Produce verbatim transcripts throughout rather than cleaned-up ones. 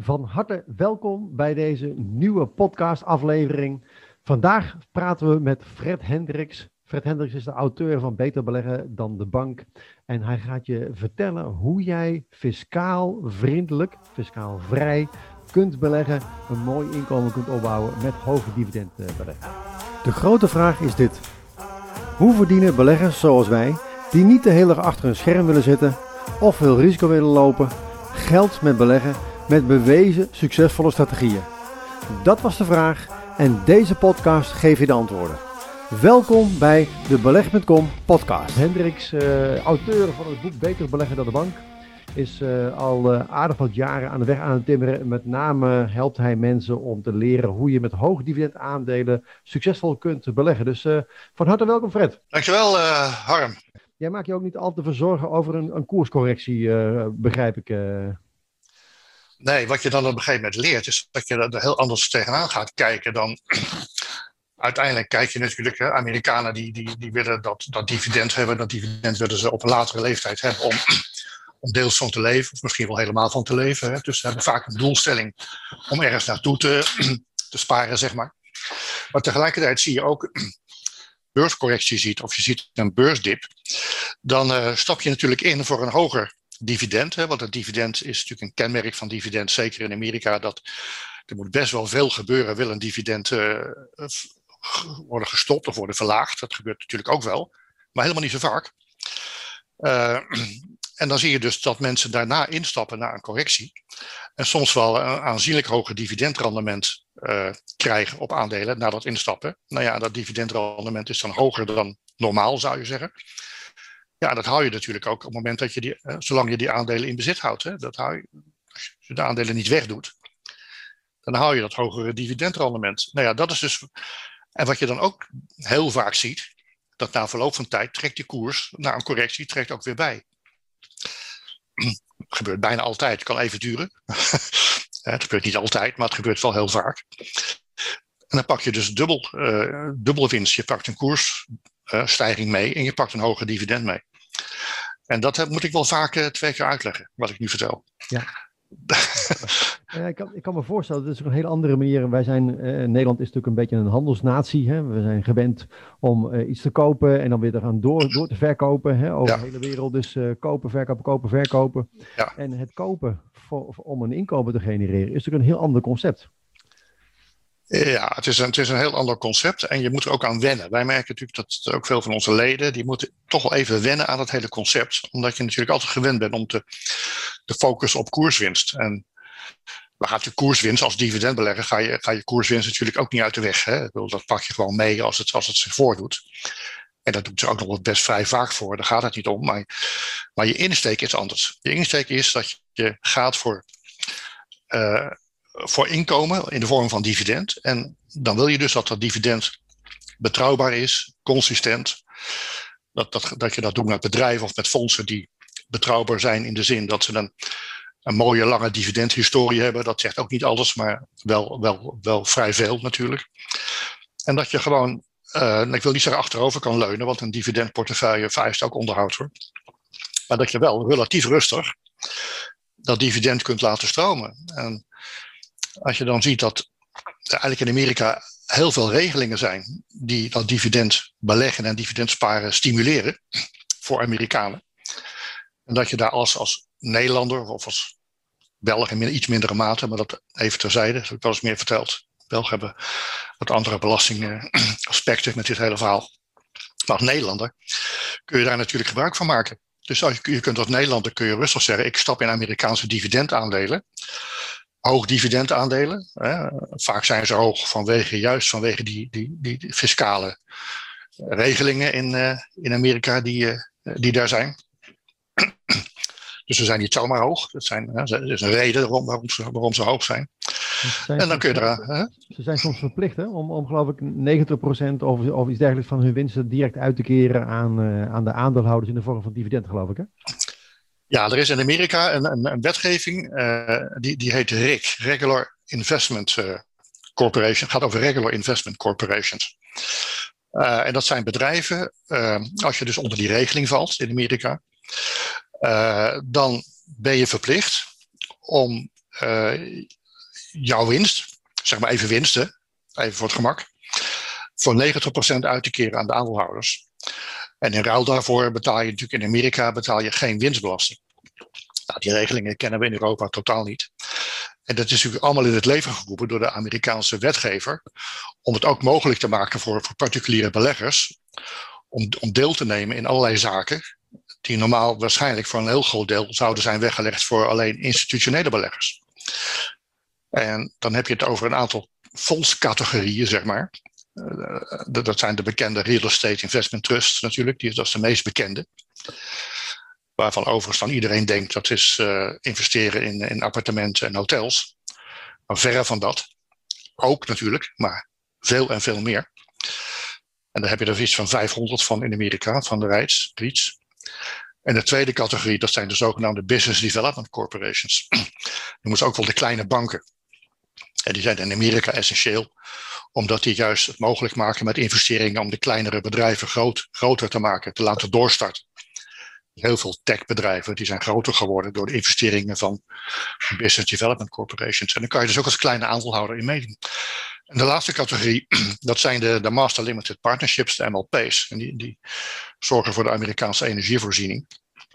Van harte welkom bij deze nieuwe podcastaflevering. Vandaag praten we met Fred Hendricks. Fred Hendricks is de auteur van Beter beleggen dan de bank. En hij gaat je vertellen hoe jij fiscaal vriendelijk, fiscaal vrij kunt beleggen. Een mooi inkomen kunt opbouwen met hoge dividend beleggen. De grote vraag is dit. Hoe verdienen beleggers zoals wij, die niet de hele dag achter een scherm willen zitten of veel risico willen lopen, geld met beleggen met bewezen succesvolle strategieën? Dat was de vraag en deze podcast geeft je de antwoorden. Welkom bij de beleg punt com podcast. Hendricks, uh, auteur van het boek Beter beleggen dan de bank, is uh, al uh, aardig wat jaren aan de weg aan het timmeren. Met name helpt hij mensen om te leren hoe je met hoog dividend aandelen succesvol kunt beleggen. Dus uh, van harte welkom, Fred. Dankjewel, uh, Harm. Jij maakt je ook niet al te veel zorgen over een, een koerscorrectie, uh, begrijp ik. Uh. Nee, wat je dan op een gegeven moment leert, is dat je er heel anders tegenaan gaat kijken dan... Uiteindelijk kijk je natuurlijk, hè, Amerikanen die, die, die willen dat, dat dividend hebben. Dat dividend willen ze op een latere leeftijd hebben om, om deels van te leven, of misschien wel helemaal van te leven. Hè. Dus ze hebben vaak een doelstelling om ergens naartoe te, te sparen, zeg maar. Maar tegelijkertijd zie je ook beurscorrectie ziet, of je ziet een beursdip. Dan uh, stap je natuurlijk in voor een hoger dividend. Hè, want het dividend is natuurlijk een kenmerk van dividend, zeker in Amerika. Dat er moet best wel veel gebeuren, wil een dividend uh, worden gestopt of worden verlaagd. Dat gebeurt natuurlijk ook wel, maar helemaal niet zo vaak. Uh, en dan zie je dus dat mensen daarna instappen naar een correctie. En soms wel een aanzienlijk hoger dividendrendement uh, krijgen op aandelen na dat instappen. Nou ja, dat dividendrendement is dan hoger dan normaal, zou je zeggen. Ja, dat hou je natuurlijk ook op het moment dat je die, uh, zolang je die aandelen in bezit houdt. Hè, dat hou je, als je de aandelen niet wegdoet, dan hou je dat hogere dividendrendement. Nou ja, dat is dus... En wat je dan ook heel vaak ziet, dat na verloop van tijd trekt die koers na een correctie trekt ook weer bij. Het gebeurt bijna altijd. Het kan even duren. Het gebeurt niet altijd, maar het gebeurt wel heel vaak. En dan pak je dus dubbel, uh, dubbel winst. Je pakt een koersstijging uh, mee en je pakt een hoger dividend mee. En dat moet ik wel vaak uh, twee keer uitleggen, wat ik nu vertel. Ja. Ja, ik, kan, ik kan me voorstellen, dat is ook een hele andere manier. Wij zijn, uh, Nederland is natuurlijk een beetje een handelsnatie. Hè? We zijn gewend om uh, iets te kopen en dan weer te gaan door, door te verkopen. Hè? Over ja. de hele wereld. Dus uh, kopen, verkopen, kopen, verkopen. Ja. En het kopen voor, voor, om een inkomen te genereren is natuurlijk een heel ander concept. Ja, het is, een, het is een heel ander concept en je moet er ook aan wennen. Wij merken natuurlijk dat ook veel van onze leden, die moeten toch wel even wennen aan het hele concept. Omdat je natuurlijk altijd gewend bent om te, te focussen op koerswinst. En waar gaat je koerswinst als dividendbelegger, ga je, ga je koerswinst natuurlijk ook niet uit de weg. Hè? Ik bedoel, dat pak je gewoon mee als het, als het zich voordoet. En dat doet ze ook nog best vrij vaak voor, daar gaat het niet om. Maar, maar je insteek is anders. Je insteek is dat je gaat voor... Uh, voor inkomen in de vorm van dividend. En dan wil je dus dat dat dividend betrouwbaar is, consistent. Dat, dat, dat je dat doet met bedrijven of met fondsen die betrouwbaar zijn in de zin dat ze een, een mooie lange dividendhistorie hebben. Dat zegt ook niet alles, maar wel, wel, wel vrij veel natuurlijk. En dat je gewoon, uh, ik wil niet zeggen achterover kan leunen, want een dividendportefeuille vereist ook onderhoud hoor. Maar dat je wel relatief rustig dat dividend kunt laten stromen. En als je dan ziet dat er eigenlijk in Amerika heel veel regelingen zijn die dat dividend beleggen en dividend sparen stimuleren voor Amerikanen. En dat je daar als, als Nederlander of als Belg in iets mindere mate, maar dat even terzijde, dat heb ik wel eens meer verteld. Belgen hebben wat andere belastingaspecten met dit hele verhaal. Maar als Nederlander kun je daar natuurlijk gebruik van maken. Dus als je, je kunt als Nederlander kun je rustig zeggen, ik stap in Amerikaanse dividendaandelen. Hoog dividendaandelen. Hè. Vaak zijn ze hoog vanwege, juist vanwege die, die, die, die fiscale regelingen in, uh, in Amerika die, uh, die daar zijn. Dus ze zijn niet zomaar hoog. Dat zijn, uh, er is een reden waarom, waarom, ze, waarom ze hoog zijn. zijn en dan kun je er... Uh, ze zijn soms verplicht hè, om, om geloof ik negentig procent of, of iets dergelijks van hun winsten direct uit te keren aan, uh, aan de aandeelhouders in de vorm van dividend, geloof ik hè? Ja, er is in Amerika een, een, een wetgeving, uh, die, die heet R I C, Regular Investment uh, Corporation. Het gaat over Regular Investment Corporations. Uh, en dat zijn bedrijven, uh, als je dus onder die regeling valt in Amerika, uh, dan ben je verplicht om uh, jouw winst, zeg maar even winst, hè, even voor het gemak, voor negentig procent uit te keren aan de aandeelhouders. En in ruil daarvoor betaal je natuurlijk in Amerika betaal je geen winstbelasting. Nou, die regelingen kennen we in Europa totaal niet. En dat is natuurlijk allemaal in het leven geroepen door de Amerikaanse wetgever, om het ook mogelijk te maken voor, voor particuliere beleggers, om, om deel te nemen in allerlei zaken, die normaal waarschijnlijk voor een heel groot deel zouden zijn weggelegd voor alleen institutionele beleggers. En dan heb je het over een aantal fondscategorieën, zeg maar. Uh, dat zijn de bekende Real Estate Investment Trusts natuurlijk, die, dat is de meest bekende. Waarvan overigens dan iedereen denkt dat is uh, investeren in, in appartementen en hotels. Maar verre van dat. Ook natuurlijk, maar veel en veel meer. En daar heb je er iets van vijfhonderd van in Amerika, van de REITs. REITs. En de tweede categorie, dat zijn de zogenaamde Business Development Corporations. Noemen ze ook wel de kleine banken. En die zijn in Amerika essentieel, omdat die juist het mogelijk maken met investeringen om de kleinere bedrijven groot, groter te maken, te laten doorstarten. Heel veel techbedrijven die zijn groter geworden door de investeringen van Business Development Corporations. En dan kan je dus ook als kleine aandeelhouder in meedoen. En de laatste categorie, dat zijn de, de Master Limited Partnerships, de M L P's. En die, die zorgen voor de Amerikaanse energievoorziening.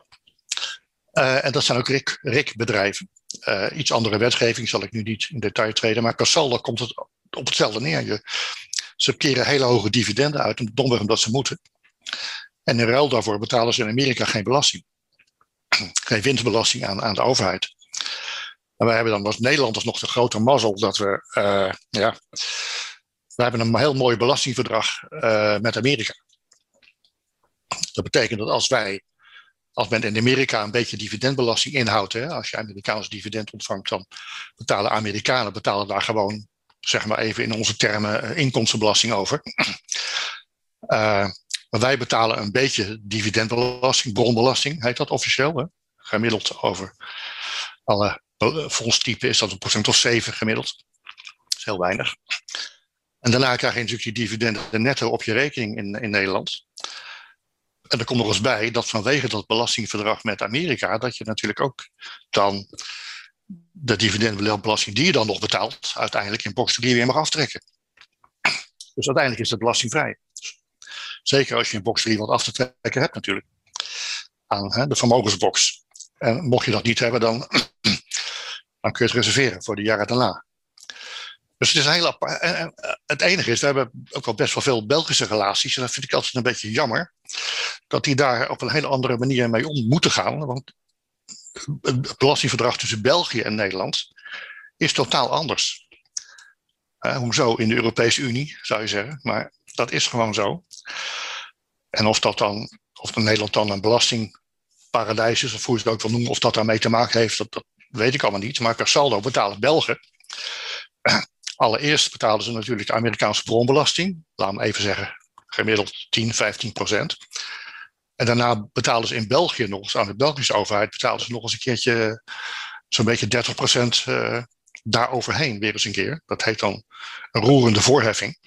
Uh, en dat zijn ook R I C, R I C-bedrijven. Uh, iets andere wetgeving zal ik nu niet in detail treden, maar per saldo komt het op hetzelfde neer. Je, ze keren hele hoge dividenden uit, domweg omdat ze moeten. En in ruil daarvoor betalen ze in Amerika geen belasting. Geen winstbelasting aan, aan de overheid. En wij hebben dan als Nederlanders nog de grote mazzel dat we, uh, ja, we hebben een heel mooi belastingverdrag uh, met Amerika. Dat betekent dat als wij, als men in Amerika een beetje dividendbelasting inhoudt, hè, als je Amerikaans dividend ontvangt, dan betalen Amerikanen betalen daar gewoon, zeg maar even in onze termen, uh, inkomstenbelasting over. Uh, Maar wij betalen een beetje dividendbelasting, bronbelasting heet dat officieel. Hè? Gemiddeld over alle fondstypen is dat een procent of zeven gemiddeld. Dat is heel weinig. En daarna krijg je natuurlijk die dividenden netto op je rekening in, in Nederland. En er komt nog eens bij dat vanwege dat belastingverdrag met Amerika, dat je natuurlijk ook dan de dividendbelasting die je dan nog betaalt, uiteindelijk in box drie weer mag aftrekken. Dus uiteindelijk is het belastingvrij. Zeker als je in box drie wat af te trekken hebt natuurlijk. Aan hè, de vermogensbox. En mocht je dat niet hebben, dan, dan kun je het reserveren voor de jaren daarna. Dus het is een heel apart. En het enige is, we hebben ook wel best wel veel Belgische relaties. En dat vind ik altijd een beetje jammer. Dat die daar op een hele andere manier mee om moeten gaan. Want het belastingverdrag tussen België en Nederland is totaal anders. Uh, hoezo in de Europese Unie, zou je zeggen. Maar dat is gewoon zo. En of dat dan, of Nederland dan een belastingparadijs is, of hoe je het ook wil noemen, of dat daarmee te maken heeft, dat, dat weet ik allemaal niet. Maar per saldo betalen Belgen. Allereerst betalen ze natuurlijk de Amerikaanse bronbelasting. Laat me even zeggen, gemiddeld tien, vijftien procent. En daarna betalen ze in België nog eens, aan de Belgische overheid, betalen ze nog eens een keertje zo'n beetje dertig procent uh, daaroverheen weer eens een keer. Dat heet dan een roerende voorheffing.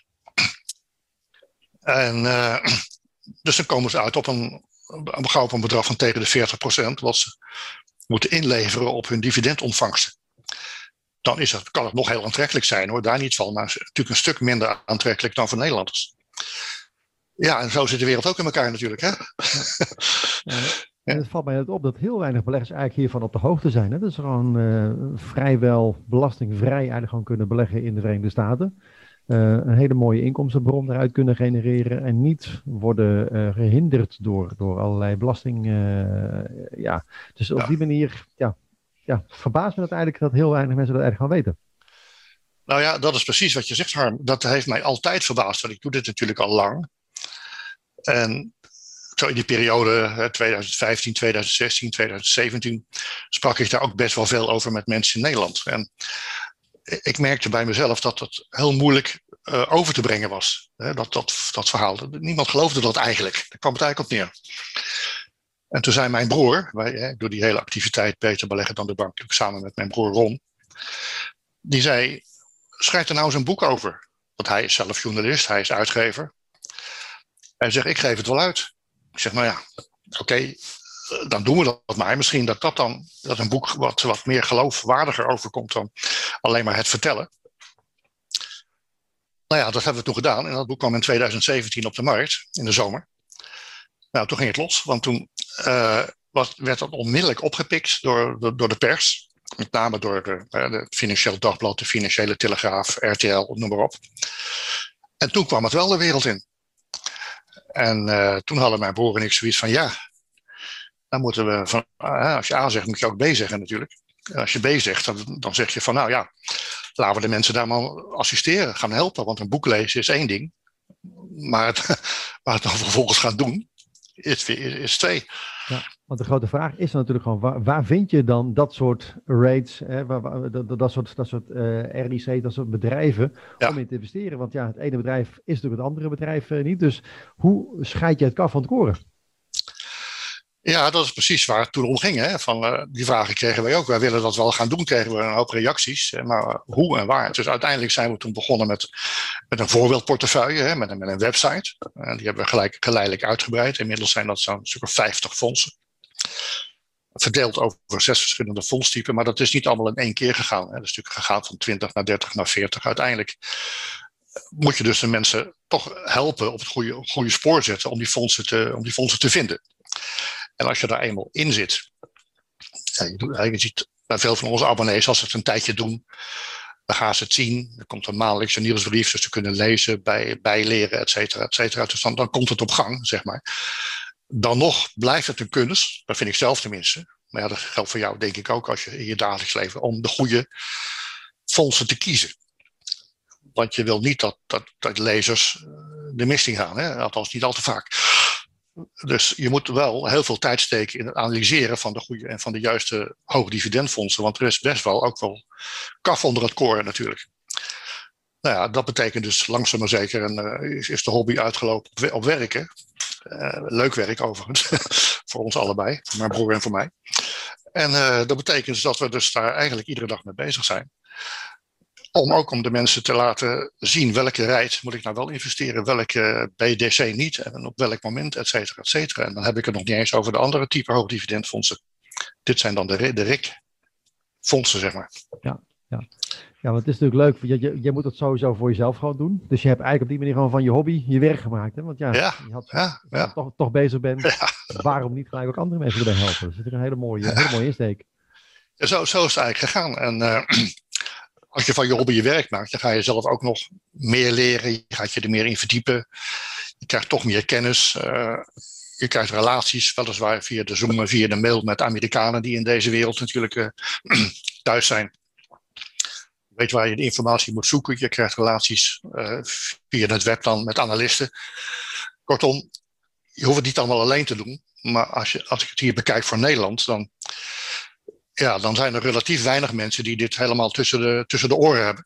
En uh, dus dan komen ze uit op een, gauw op een bedrag van tegen de veertig procent, wat ze moeten inleveren op hun dividendontvangsten. Dan is het, kan het nog heel aantrekkelijk zijn hoor, daar niet van, maar het is natuurlijk een stuk minder aantrekkelijk dan voor Nederlanders. Ja, en zo zit de wereld ook in elkaar natuurlijk, hè? Ja, en het valt mij net op dat heel weinig beleggers eigenlijk hiervan op de hoogte zijn. Hè? Dat ze gewoon uh, vrijwel belastingvrij eigenlijk gewoon kunnen beleggen in de Verenigde Staten. Uh, een hele mooie inkomstenbron daaruit kunnen genereren en niet worden uh, gehinderd door, door allerlei belasting. Uh, ja. Dus op ja. die manier ja, ja, verbaast me dat eigenlijk dat heel weinig mensen dat eigenlijk gaan weten. Nou ja, dat is precies wat je zegt, Harm. Dat heeft mij altijd verbaasd, want ik doe dit natuurlijk al lang. En zo in die periode twintig vijftien, twintig zestien, twintig zeventien sprak ik daar ook best wel veel over met mensen in Nederland. En ik merkte bij mezelf dat het heel moeilijk uh, over te brengen was. Hè, dat, dat, dat verhaal. Niemand geloofde dat eigenlijk. Daar kwam het eigenlijk op neer. En toen zei mijn broer, wij, hè, door die hele activiteit beter beleggen dan de bank, samen met mijn broer Ron, die zei, schrijf er nou eens een boek over. Want hij is zelf journalist, hij is uitgever. Hij zegt, ik geef het wel uit. Ik zeg, nou ja, oké, okay, dan doen we dat maar. Misschien dat dat dan dat een boek wat, wat meer geloofwaardiger overkomt dan alleen maar het vertellen. Nou ja, dat hebben we toen gedaan. En dat boek kwam in twintig zeventien op de markt, in de zomer. Nou, toen ging het los. Want toen uh, was, werd dat onmiddellijk opgepikt door, door, door de pers. Met name door de, uh, het Financieel Dagblad, de Financiële Telegraaf, R T L, noem maar op. En toen kwam het wel de wereld in. En uh, toen hadden mijn broer en ik zoiets van, ja, dan moeten we, van, uh, als je A zegt, moet je ook B zeggen natuurlijk. En als je B zegt, dan, dan zeg je van, nou ja, laten we de mensen daar maar assisteren, gaan helpen. Want een boek lezen is één ding. Maar het, maar het dan vervolgens gaan doen, is, is, is twee. Ja, want de grote vraag is natuurlijk gewoon, waar, waar vind je dan dat soort rates, hè, waar, waar, dat, dat soort, dat soort uh, R I C, dat soort bedrijven, ja, om in te investeren? Want ja, het ene bedrijf is natuurlijk het andere bedrijf uh, niet. Dus hoe scheid je het kaf van het koren? Ja, dat is precies waar het toen om ging. Hè? Van, uh, die vragen kregen wij ook. Wij willen dat wel gaan doen, kregen we een hoop reacties. Maar uh, hoe en waar? Dus uiteindelijk zijn we toen begonnen met, met een voorbeeldportefeuille, hè? Met, een, met een website. Uh, die hebben we gelijk, geleidelijk uitgebreid. Inmiddels zijn dat zo'n stuk of vijftig fondsen. Verdeeld over zes verschillende fondstypen. Maar dat is niet allemaal in één keer gegaan. Hè? Dat is natuurlijk gegaan van twintig naar dertig naar veertig. Uiteindelijk moet je dus de mensen toch helpen op het goede, goede spoor zetten om die fondsen te, om die fondsen te vinden. En als je daar eenmaal in zit, ja, je ziet bij veel van onze abonnees, als ze het een tijdje doen, dan gaan ze het zien. Er komt een maandelijkse nieuwsbrief, dus ze kunnen lezen, bij, bijleren, et cetera, et cetera. Dus dan, dan komt het op gang, zeg maar. Dan nog blijft het een kunst, dat vind ik zelf tenminste. Maar ja, dat geldt voor jou denk ik ook als je in je dagelijks leven, om de goede fondsen te kiezen. Want je wil niet dat, dat, dat lezers de mist in gaan, hè? Althans niet al te vaak. Dus je moet wel heel veel tijd steken in het analyseren van de goede en van de juiste hoogdividendfondsen. Want er is best wel ook wel kaf onder het koren natuurlijk. Nou ja, dat betekent dus langzaam maar zeker en, uh, is, is de hobby uitgelopen op, op werken. Uh, leuk werk overigens, voor ons allebei, voor mijn broer en voor mij. En uh, dat betekent dus dat we dus daar eigenlijk iedere dag mee bezig zijn. Om ook om de mensen te laten zien welke rate moet ik nou wel investeren, welke B D C niet en op welk moment, et cetera, et cetera. En dan heb ik het nog niet eens over de andere type hoogdividendfondsen. Dit zijn dan de, de R I C-fondsen, zeg maar. Ja, ja. Ja, want het is natuurlijk leuk. Je, je, je moet het sowieso voor jezelf gewoon doen. Dus je hebt eigenlijk op die manier gewoon van je hobby je werk gemaakt. Hè? Want ja, ja, je had, ja, ja. je toch, toch bezig bent. Ja. Waarom niet gelijk ook andere mensen erbij helpen? Dat is natuurlijk een hele mooie, ja. hele mooie insteek. Ja, zo, zo is het eigenlijk gegaan. En uh, als je van je hobby je werk maakt, dan ga je zelf ook nog meer leren. Je gaat je er meer in verdiepen. Je krijgt toch meer kennis. Uh, je krijgt relaties, weliswaar via de Zoom en via de mail met Amerikanen die in deze wereld natuurlijk uh, thuis zijn. Je weet waar je de informatie moet zoeken. Je krijgt relaties uh, via het web dan met analisten. Kortom, je hoeft het niet allemaal alleen te doen. Maar als, je, als ik het hier bekijk voor Nederland, dan, ja, dan zijn er relatief weinig mensen die dit helemaal tussen de, tussen de oren hebben.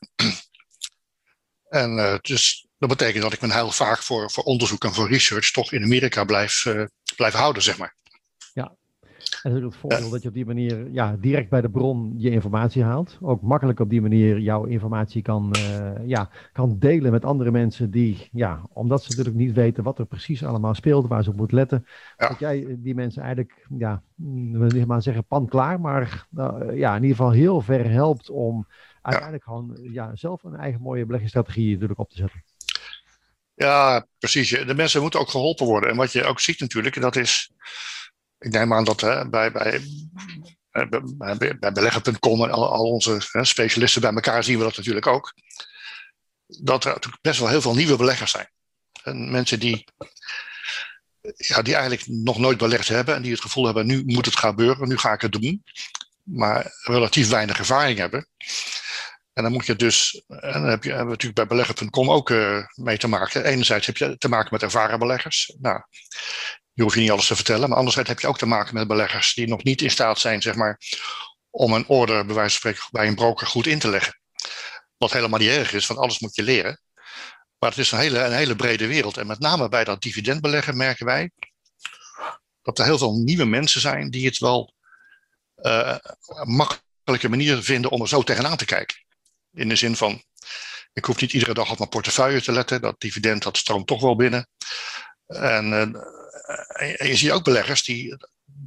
En uh, dus dat betekent dat ik me heel vaak voor, voor onderzoek en voor research toch in Amerika blijf, uh, blijf houden, zeg maar. Ja. En natuurlijk het voordeel ja. dat je op die manier ja, direct bij de bron je informatie haalt. Ook makkelijk op die manier jouw informatie kan, uh, ja, kan delen met andere mensen die, ja, omdat ze natuurlijk niet weten wat er precies allemaal speelt, waar ze op moeten letten. Ja. Dat jij die mensen eigenlijk, ja, wil niet maar zeggen pan klaar, maar uh, ja, in ieder geval heel ver helpt om uiteindelijk ja. gewoon ja, zelf een eigen mooie beleggingsstrategie natuurlijk op te zetten. Ja, precies. De mensen moeten ook geholpen worden. En wat je ook ziet natuurlijk, dat is... Ik neem aan dat hè, bij, bij, bij, bij beleggen punt com en al, al onze hè, specialisten bij elkaar zien we dat natuurlijk ook. Dat er natuurlijk best wel heel veel nieuwe beleggers zijn. En mensen die, ja, die eigenlijk nog nooit belegd hebben en die het gevoel hebben, nu moet het gebeuren, nu ga ik het doen. Maar relatief weinig ervaring hebben. En dan moet je dus, en dan heb je, hebben we natuurlijk bij beleggen punt com ook uh, mee te maken. Enerzijds heb je te maken met ervaren beleggers. Nou, je hoeft je niet alles te vertellen, maar anderzijds heb je ook te maken met beleggers die nog niet in staat zijn, zeg maar, om een order, bij wijze van spreken, bij een broker goed in te leggen. Wat helemaal niet erg is, want alles moet je leren. Maar het is een hele, een hele brede wereld. En met name bij dat dividendbeleggen merken wij dat er heel veel nieuwe mensen zijn die het wel uh, een makkelijke manier vinden om er zo tegenaan te kijken. In de zin van, ik hoef niet iedere dag op mijn portefeuille te letten. Dat dividend, dat stroomt toch wel binnen. En, uh, en je ziet ook beleggers die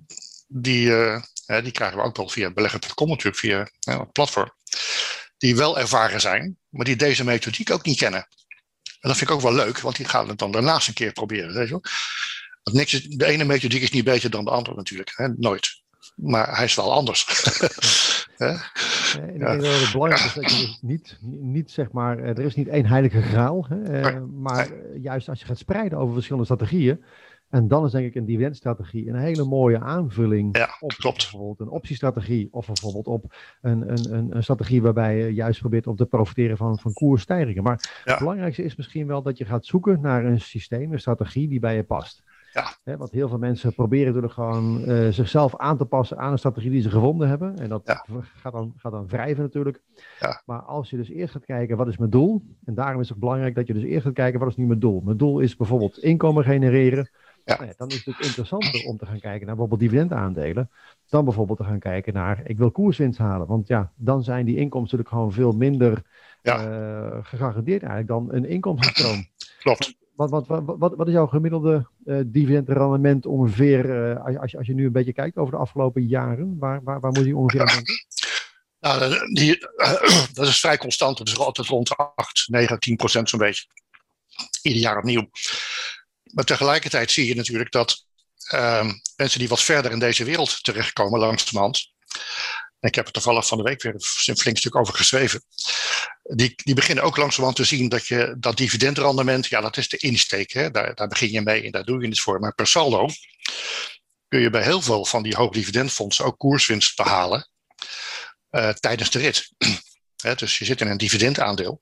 die, uh, die krijgen we ook wel via beleggen punt com natuurlijk, via uh, het platform. Die wel ervaren zijn, maar die deze methodiek ook niet kennen. En dat vind ik ook wel leuk, want die gaan het dan daarnaast een keer proberen. Weet je wel? Want niks, de ene methodiek is niet beter dan de andere natuurlijk. Hè? Nooit. Maar hij is wel anders. Ja. En ik denk dat het belangrijk is dat je dus niet, niet zeg maar, er is niet één heilige graal. Hè? Uh, maar juist als je gaat spreiden over verschillende strategieën. En dan is denk ik een dividendstrategie een hele mooie aanvulling ja, op klopt. bijvoorbeeld een optiestrategie. Of bijvoorbeeld op een, een, een, een strategie waarbij je juist probeert om te profiteren van, van koersstijgingen. Maar ja. Het belangrijkste is misschien wel dat je gaat zoeken naar een systeem, een strategie die bij je past. Ja. He, want heel veel mensen proberen natuurlijk gewoon uh, zichzelf aan te passen aan een strategie die ze gevonden hebben. En dat ja. gaat, dan, gaat dan wrijven natuurlijk. Ja. Maar als je dus eerst gaat kijken, wat is mijn doel? En daarom is het belangrijk dat je dus eerst gaat kijken, wat is nu mijn doel? Mijn doel is bijvoorbeeld inkomen genereren. Ja. Nou ja, dan is het natuurlijk interessanter om te gaan kijken naar bijvoorbeeld dividendaandelen. Dan bijvoorbeeld te gaan kijken naar, ik wil koerswinst halen. Want ja, dan zijn die inkomsten natuurlijk gewoon veel minder ja. uh, gegarandeerd eigenlijk dan een inkomstenstroom. Klopt. Wat, wat, wat, wat, wat is jouw gemiddelde uh, dividendrendement ongeveer, uh, als, je, als je nu een beetje kijkt over de afgelopen jaren? Waar, waar, waar moet je ongeveer aan denken? Nou, die, uh, dat is vrij constant. Dat is altijd rond de acht, negen, tien procent zo'n beetje. Ieder jaar opnieuw. Maar tegelijkertijd zie je natuurlijk dat uh, mensen die wat verder in deze wereld terechtkomen langzamerhand. En ik heb er toevallig van de week weer een flink stuk over geschreven. Die, die beginnen ook langzamerhand te zien dat je dat dividendrendement, ja, dat is de insteek. Hè? Daar, daar begin je mee en daar doe je het voor. Maar per saldo kun je bij heel veel van die hoogdividendfondsen ook koerswinst behalen uh, tijdens de rit. Hè, dus je zit in een dividendaandeel.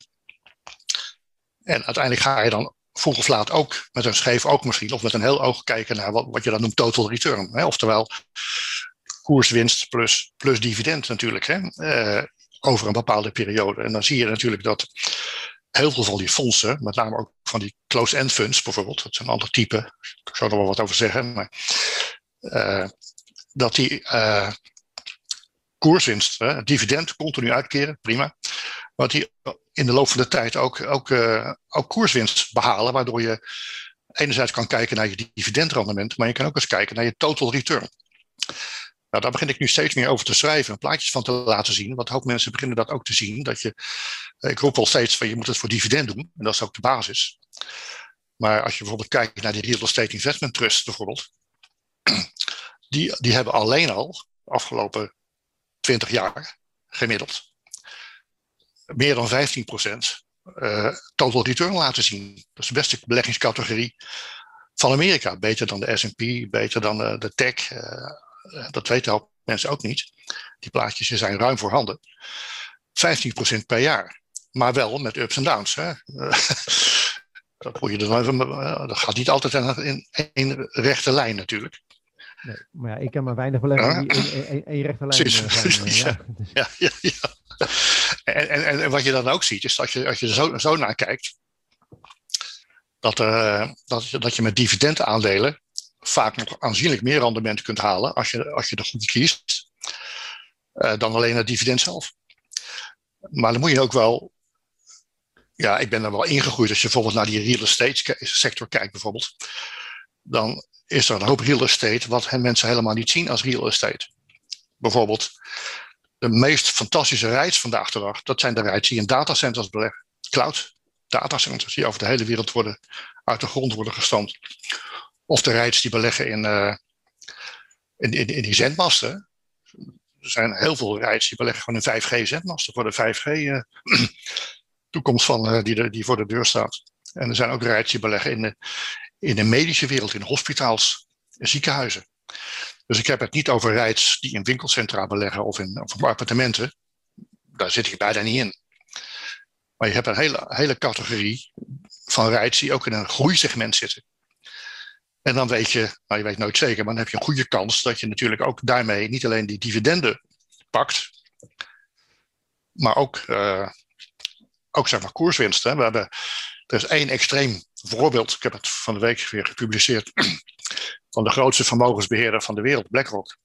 En uiteindelijk ga je dan vroeg of laat ook met een scheef oog misschien, of met een heel oog kijken naar wat, wat je dan noemt total return. Hè? Oftewel koerswinst plus, plus dividend natuurlijk, hè? Uh, over een bepaalde periode. En dan zie je natuurlijk dat heel veel van die fondsen, met name ook van die closed-end funds bijvoorbeeld, dat is een ander type, ik zou er wel wat over zeggen, maar uh, dat die uh, koerswinst, hè, dividend continu uitkeren, prima, maar die in de loop van de tijd ook, ook, uh, ook koerswinst behalen, waardoor je enerzijds kan kijken naar je dividendrendement, maar je kan ook eens kijken naar je total return. Nou, daar begin ik nu steeds meer over te schrijven, plaatjes van te laten zien. Want een hoop mensen beginnen dat ook te zien. Dat je, ik roep wel steeds van je moet het voor dividend doen. En dat is ook de basis. Maar als je bijvoorbeeld kijkt naar die Real Estate Investment Trust bijvoorbeeld. Die, die hebben alleen al de afgelopen twintig jaar gemiddeld meer dan vijftien procent uh, total return laten zien. Dat is de beste beleggingscategorie van Amerika. Beter dan de S en P, beter dan uh, de tech. Uh, Dat weten ook mensen ook niet. Die plaatjes zijn ruim voorhanden. vijftien procent per jaar. Maar wel met ups en downs. Hè. Dat, je dan, dat gaat niet altijd in één rechte lijn natuurlijk. Nee, maar ja, ik kan maar weinig beleggen die in één rechte lijn zijn. Ja, ja, ja, ja. En, en, en wat je dan ook ziet, is dat je, als je er zo, zo naar kijkt, dat, uh, dat, dat je met dividendaandelen vaak nog aanzienlijk meer rendement kunt halen als je, als je de goede kiest, uh, dan alleen het dividend zelf. Maar dan moet je ook wel, ja, ik ben er wel ingegroeid. Als je bijvoorbeeld naar die real estate sector kijkt bijvoorbeeld, dan is er een hoop real estate wat mensen helemaal niet zien als real estate. Bijvoorbeeld de meest fantastische rijds vandaag de dag, dat zijn de rijds die in datacenters beleggen. Cloud datacenters die over de hele wereld worden, uit de grond worden gestampt. Of de rijds die beleggen in, uh, in, in, in die zendmasten. Er zijn heel veel rijds die beleggen gewoon in vijf G zendmasten voor de vijf G uh, toekomst van, uh, die, de, die voor de deur staat. En er zijn ook rijds die beleggen in de, in de medische wereld, in hospitaals, in ziekenhuizen. Dus ik heb het niet over rijds die in winkelcentra beleggen of in, of in appartementen. Daar zit ik bijna niet in. Maar je hebt een hele, hele categorie van rijds die ook in een groeisegment zitten. En dan weet je, nou je weet nooit zeker, maar dan heb je een goede kans dat je natuurlijk ook daarmee niet alleen die dividenden pakt, maar ook, uh, ook zeg maar koerswinst. Hè. We hebben, er is één extreem voorbeeld, ik heb het van de week weer gepubliceerd, van de grootste vermogensbeheerder van de wereld, BlackRock.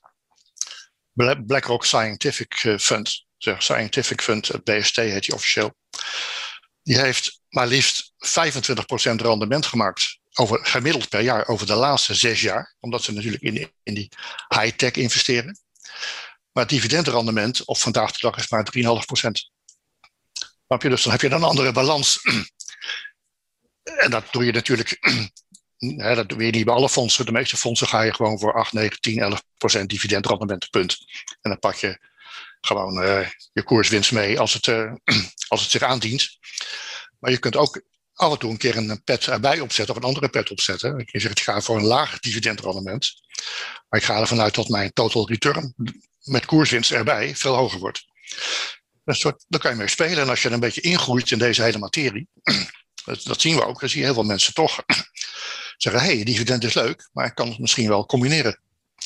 BlackRock Scientific Fund, zeg, Scientific Fund, B S T heet die officieel. Die heeft maar liefst vijfentwintig procent rendement gemaakt over, gemiddeld per jaar over de laatste zes jaar. Omdat ze natuurlijk in, in die high-tech investeren. Maar het dividendrendement op vandaag de dag is maar drie komma vijf procent. Snap je? Dus dan heb je een andere balans. En dat doe je natuurlijk. Hè, dat doe je niet bij alle fondsen. De meeste fondsen ga je gewoon voor acht, negen, tien, elf procent dividendrendement, punt. En dan pak je gewoon uh, je koerswinst mee als het, uh, als het zich aandient. Maar je kunt ook af en toe een keer een pet erbij opzetten of een andere pet opzetten. Je zegt, ik ga voor een lager dividendrendement. Maar ik ga ervan uit dat mijn total return met koerswinst erbij veel hoger wordt. Dus daar kan je mee spelen. En als je een beetje ingroeit in deze hele materie, dat, dat zien we ook, dan zie je heel veel mensen toch zeggen, hé, hey, dividend is leuk, maar ik kan het misschien wel combineren.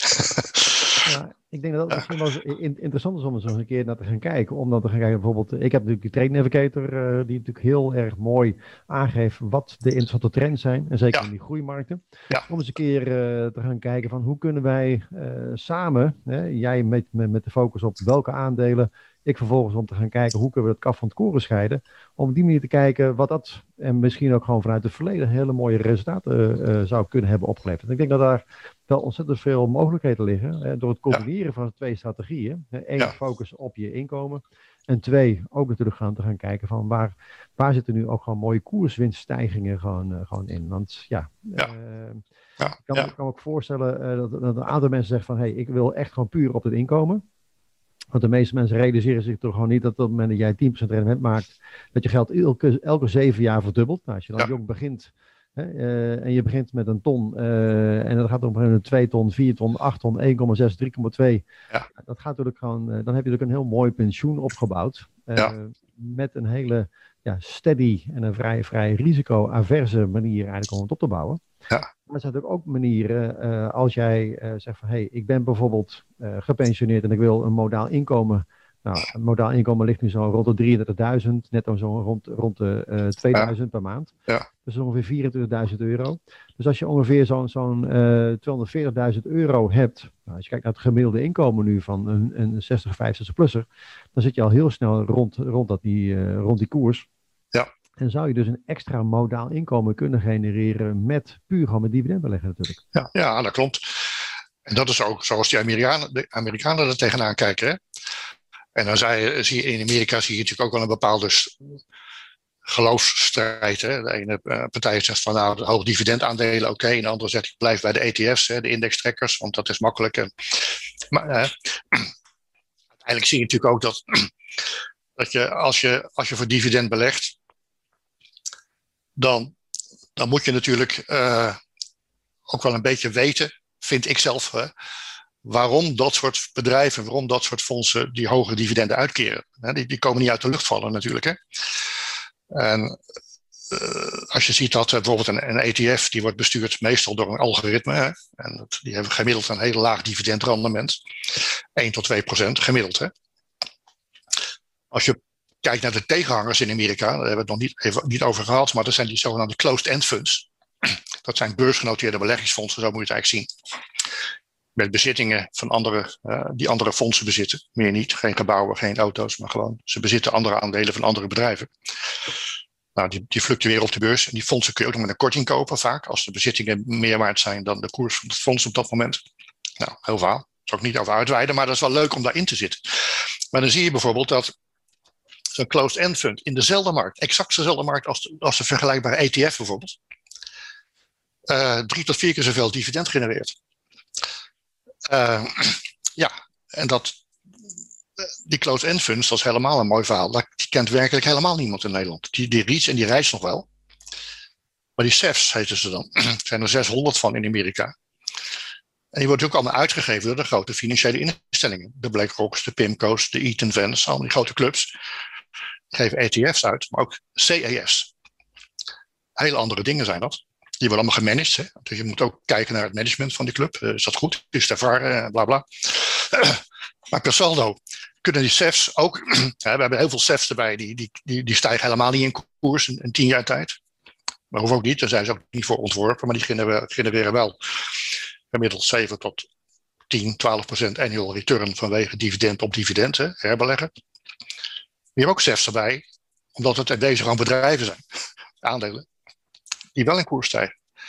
Ja, ik denk dat het misschien wel interessant is om er zo eens een keer naar te gaan kijken. Om dan te gaan kijken, bijvoorbeeld, ik heb natuurlijk de Trade Navigator, uh, die natuurlijk heel erg mooi aangeeft wat de interessante trends zijn. En zeker ja. in die groeimarkten. Ja. Om eens een keer uh, te gaan kijken van hoe kunnen wij uh, samen, hè, jij met, met, met de focus op welke aandelen, ik vervolgens om te gaan kijken hoe kunnen we het kaf van het koren scheiden. Om op die manier te kijken wat dat, en misschien ook gewoon vanuit het verleden, hele mooie resultaten uh, zou kunnen hebben opgeleverd. En ik denk dat daar wel ontzettend veel mogelijkheden liggen. Hè, door het combineren ja. van twee strategieën. Eén, ja. focus op je inkomen. En twee, ook natuurlijk gaan te gaan kijken van waar, waar zitten nu ook gewoon mooie koerswinststijgingen gewoon, uh, gewoon in. Want ja, ja. Uh, ja. ik kan, ja. kan me ook voorstellen uh, dat, dat een aantal mensen zeggen van, hé, hey, ik wil echt gewoon puur op het inkomen. Want de meeste mensen realiseren zich toch gewoon niet dat op het moment dat jij tien procent rendement maakt, dat je geld elke, elke zeven jaar verdubbelt. Nou, als je dan ja. jong begint, hè, uh, en je begint met een ton, uh, en dat gaat op een gegeven moment twee ton, vier ton, acht ton, één komma zes, drie komma twee. Ja. Dat gaat natuurlijk gewoon, uh, dan heb je natuurlijk een heel mooi pensioen opgebouwd. Uh, ja. Met een hele ja, steady en een vrij, vrij risico-averse manier eigenlijk om het op te bouwen. Ja. Maar er zijn natuurlijk ook manieren, uh, als jij uh, zegt van, hé, hey, ik ben bijvoorbeeld uh, gepensioneerd en ik wil een modaal inkomen. Nou, een modaal inkomen ligt nu zo rond de drieëndertigduizend, netto zo rond, rond de uh, tweeduizend ja. per maand. Ja. Dus ongeveer vierentwintigduizend euro. Dus als je ongeveer zo'n, zo'n uh, tweehonderdveertigduizend euro hebt, nou, als je kijkt naar het gemiddelde inkomen nu van een, een zestig, vijfenzestig-plusser, dan zit je al heel snel rond, rond, dat die, uh, rond die koers. Ja. En zou je dus een extra modaal inkomen kunnen genereren met puur gewoon met dividendbeleggen natuurlijk. Ja, ja, dat klopt. En dat is ook zoals die Amerikanen, de Amerikanen er tegenaan kijken. Hè? En dan zie je, in Amerika zie je natuurlijk ook wel een bepaalde geloofsstrijd. Hè? De ene partij zegt van nou, de hoge dividendaandelen, oké. Okay. En de andere zegt ik blijf bij de E T F's, hè, de indextrekkers, want dat is makkelijk. En, maar eh, uiteindelijk zie je natuurlijk ook dat, dat je als, je als je voor dividend belegt, Dan, dan moet je natuurlijk uh, ook wel een beetje weten, vind ik zelf, hè, waarom dat soort bedrijven, waarom dat soort fondsen die hoge dividenden uitkeren. Hè, die, die komen niet uit de lucht vallen natuurlijk. Hè. En uh, als je ziet dat uh, bijvoorbeeld een, een E T F, die wordt bestuurd meestal door een algoritme. Hè, en dat, die hebben gemiddeld een heel laag dividendrendement. één tot twee procent gemiddeld. Hè. Als je Kijk naar de tegenhangers in Amerika, daar hebben we het nog niet, even, niet over gehad, maar dat zijn die zogenaamde closed-end funds. Dat zijn beursgenoteerde beleggingsfondsen, zo moet je het eigenlijk zien. Met bezittingen van andere, uh, die andere fondsen bezitten. Meer niet, geen gebouwen, geen auto's, maar gewoon ze bezitten andere aandelen van andere bedrijven. Nou, die, die fluctueren op de beurs en die fondsen kun je ook nog met een korting kopen vaak, als de bezittingen meer waard zijn dan de koers van het fonds op dat moment. Nou, heel vaak. Daar zal ik niet over uitweiden, maar dat is wel leuk om daarin te zitten. Maar dan zie je bijvoorbeeld dat zo'n closed-end fund in dezelfde markt, exact dezelfde markt als de, als de vergelijkbare E T F bijvoorbeeld, uh, drie tot vier keer zoveel dividend genereert. Uh, ja, en dat, die closed-end funds, dat is helemaal een mooi verhaal. Die kent werkelijk helemaal niemand in Nederland. Die, die reads en die reist nog wel. Maar die C E F's heten ze dan. Er zijn er zeshonderd van in Amerika. En die worden ook allemaal uitgegeven door de grote financiële instellingen. De BlackRocks, de PIMCo's, de Eaton Vance, allemaal die grote clubs. Die geven E T F's uit, maar ook C E F's. Hele andere dingen zijn dat. Die worden allemaal gemanaged. Hè? Dus je moet ook kijken naar het management van die club. Uh, is dat goed? Is het ervaren? Bla bla. Maar per saldo kunnen die C E F's ook. We hebben heel veel C E F's erbij. Die, die, die, die stijgen helemaal niet in koers in, in tien jaar tijd. Maar hoeft ook niet. Daar zijn ze ook niet voor ontworpen. Maar die genereren, genereren wel gemiddeld zeven tot tien, twaalf procent annual return vanwege dividend op dividend. Hè, herbeleggen. We hebben ook C E F's erbij. Omdat het in deze gewoon bedrijven zijn. Aandelen. Die wel in koers stijgen.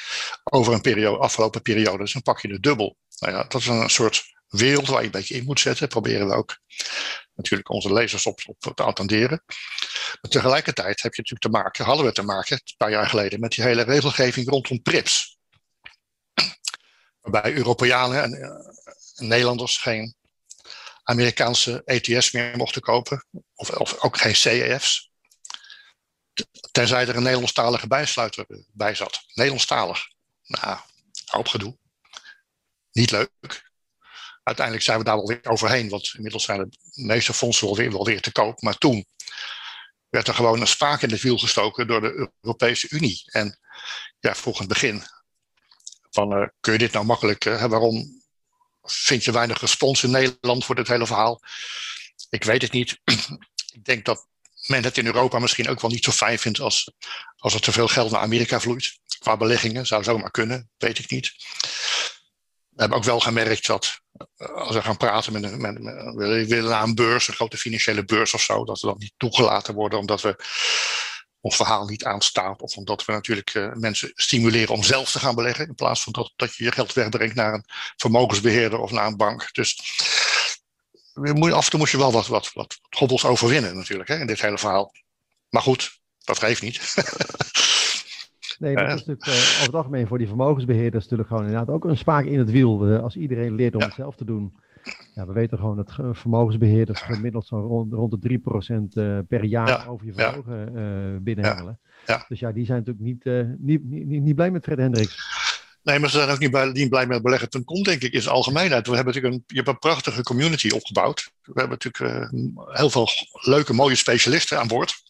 over een periode, afgelopen periode. Dus dan pak je het dubbel. Nou ja, dat is een soort wereld waar je een beetje in moet zetten. Proberen we ook natuurlijk onze lezers op, op te attenderen. Maar tegelijkertijd heb je natuurlijk te maken, hadden we te maken, een paar jaar geleden, met die hele regelgeving rondom PRIPS. Waarbij Europeanen en, en Nederlanders geen Amerikaanse E T F's meer mochten kopen. Of, of ook geen C E F's. Tenzij er een Nederlandstalige bijsluiter bij zat. Nederlandstalig. Nou, hoop gedoe. Niet leuk. Uiteindelijk zijn we daar wel weer overheen. Want inmiddels zijn de meeste fondsen wel weer, wel weer te koop. Maar toen werd er gewoon een spaak in het wiel gestoken door de Europese Unie. En ja, vroeg in het begin van uh, kun je dit nou makkelijk, uh, waarom vind je weinig respons in Nederland voor dit hele verhaal? Ik weet het niet. Ik denk dat men het in Europa misschien ook wel niet zo fijn vindt als, als er te veel geld naar Amerika vloeit. Qua beleggingen, zou zomaar kunnen, weet ik niet. We hebben ook wel gemerkt dat als we gaan praten met een, met, met, we willen naar een beurs, een grote financiële beurs of zo, dat we dan niet toegelaten worden omdat we ons verhaal niet aanstaat. Of omdat we natuurlijk uh, mensen stimuleren om zelf te gaan beleggen. In plaats van dat, dat je je geld wegbrengt naar een vermogensbeheerder of naar een bank. Dus af en toe moet je wel wat, wat, wat hobbels overwinnen natuurlijk, hè, in dit hele verhaal. Maar goed, dat geeft niet. Nee, maar dat is natuurlijk uh, over het algemeen voor die vermogensbeheerders natuurlijk gewoon inderdaad ook een spaak in het wiel. Uh, als iedereen leert om ja. het zelf te doen. Ja, we weten gewoon dat vermogensbeheerders gemiddeld zo rond, rond de drie procent uh, per jaar ja. over je vermogen uh, binnenhalen. Ja. Ja. Dus ja, die zijn natuurlijk niet, uh, niet, niet, niet blij met Fred Hendricks. Nee, maar ze zijn ook niet, bij, niet blij met beleggen punt com, denk ik, in zijn algemeenheid. We hebben natuurlijk een, je hebt een prachtige community opgebouwd. We hebben natuurlijk uh, heel veel leuke, mooie specialisten aan boord.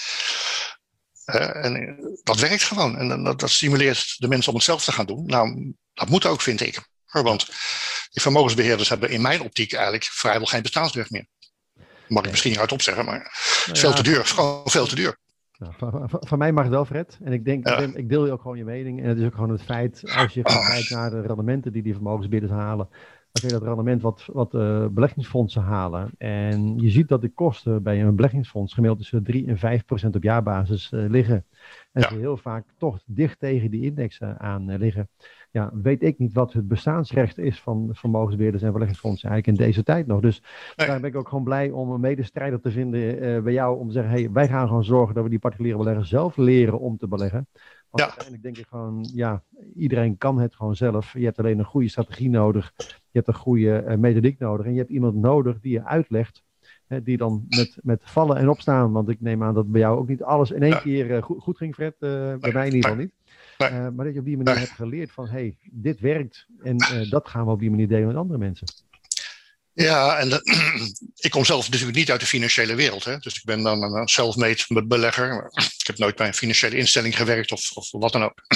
Uh, en dat werkt gewoon. En dat, dat stimuleert de mensen om het zelf te gaan doen. Nou, dat moet ook, vind ik. Want die vermogensbeheerders hebben in mijn optiek eigenlijk vrijwel geen bestaansrecht meer. Mag ik misschien niet hardop zeggen, maar het is veel te duur. Het is gewoon veel te duur. Nou, van, van, van mij mag het wel, Fred. En ik denk, ja. ik, ik deel je ook gewoon je mening. En het is ook gewoon het feit, als je gaat kijken naar de rendementen die die vermogensbeheerders halen, dan kun je dat rendement wat, wat uh, beleggingsfondsen halen. En je ziet dat de kosten bij een beleggingsfonds gemiddeld tussen drie en vijf procent op jaarbasis uh, liggen. En ja. ze heel vaak toch dicht tegen die indexen aan uh, liggen. Ja, weet ik niet wat het bestaansrecht is van vermogensbeheerders en beleggingsfondsen eigenlijk in deze tijd nog. Dus nee. daar ben ik ook gewoon blij om een medestrijder te vinden uh, bij jou om te zeggen, hey, wij gaan gewoon zorgen dat we die particuliere beleggers zelf leren om te beleggen. Want ja. uiteindelijk denk ik gewoon, ja, iedereen kan het gewoon zelf. Je hebt alleen een goede strategie nodig. Je hebt een goede uh, methodiek nodig. En je hebt iemand nodig die je uitlegt. Hè, die dan met, met vallen en opstaan. Want ik neem aan dat bij jou ook niet alles in één ja. keer uh, goed, goed ging, Fred. Uh, bij nee, mij in ieder geval niet. Nee. Uh, maar dat je op die manier nee. hebt geleerd van, hé, hey, dit werkt. En uh, dat gaan we op die manier delen met andere mensen. Ja, en de, ik kom zelf natuurlijk niet uit de financiële wereld. Hè? Dus ik ben dan een self-made belegger. Ik heb nooit bij een financiële instelling gewerkt of, of wat dan ook.